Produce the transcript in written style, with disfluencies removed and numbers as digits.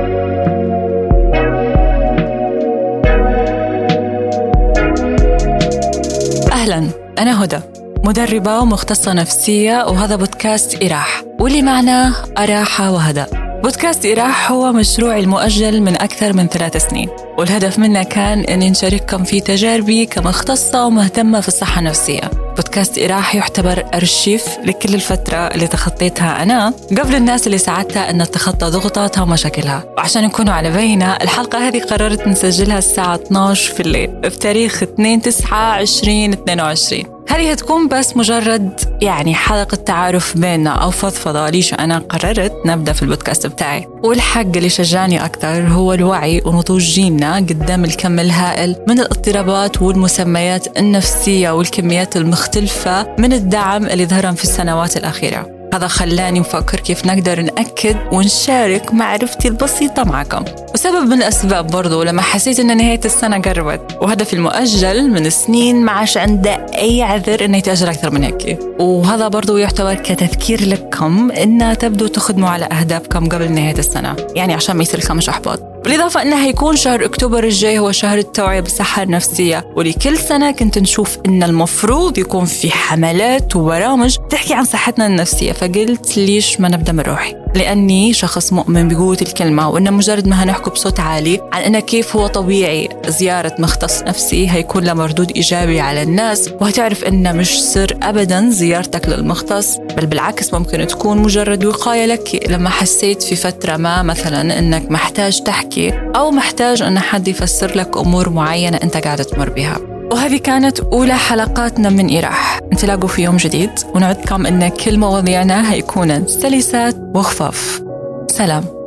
أهلاً، أنا هدى، مدربة ومختصة نفسية، وهذا بودكاست إراح واللي معناه أراحة وهدأ. بودكاست إراح هو مشروعي المؤجل من أكثر من 3 سنين، والهدف منه كان أني نشارككم في تجاربي كمختصة ومهتمة في الصحة النفسية. بودكاست إراح يعتبر أرشيف لكل الفترة اللي تخطيتها أنا قبل الناس اللي ساعدتها أن تتخطى ضغوطاتها ومشاكلها. وعشان نكونوا على بينة، الحلقة هذه قررت نسجلها الساعة 12 في الليل بتاريخ 2/9/2022. هذه هتكون بس مجرد حلقة تعارف بيننا أو فضفضة. ليش أنا قررت نبدأ في البودكاست بتاعي؟ والحق اللي شجعني أكتر هو الوعي ونضوج جيلنا قدام الكم الهائل من الاضطرابات والمسميات النفسية والكميات المختلفة من الدعم اللي ظهرن في السنوات الأخيرة. هذا خلاني نفكر كيف نقدر نأكد ونشارك معرفتي البسيطة معكم. وسبب من الأسباب برضو لما حسيت أن نهاية السنة قربت وهدفي المؤجل من سنين ما عاش عنده أي عذر أنه يتأجل أكثر من هيك، وهذا برضو يعتبر كتذكير لكم أن تبدوا تخدموا على أهدافكم قبل نهاية السنة، عشان ما يصيرلكمش أحباط. بالإضافة أنه هيكون شهر أكتوبر الجاي هو شهر التوعية بالصحة النفسية، ولكل سنة كنت نشوف أن المفروض يكون في حملات وبرامج تحكي عن صحتنا النفسية، فقلت ليش ما نبدأ من روحي؟ لأني شخص مؤمن بقوة الكلمة، وأن مجرد ما هنحكي بصوت عالي عن أن كيف هو طبيعي زيارة مختص نفسي هيكون له مردود إيجابي على الناس، وهتعرف أنه مش سر أبدا زيارتك للمختص، بل بالعكس ممكن تكون مجرد وقاية لك لما حسيت في فترة ما مثلا أنك محتاج تحكي أو محتاج أن حد يفسر لك أمور معينة أنت قاعدة تمر بها. وهذه كانت أولى حلقاتنا من إراح. نتلاقوا في يوم جديد ونعدكم أن كل مواضيعنا هيكون سلسات وخفاف. سلام.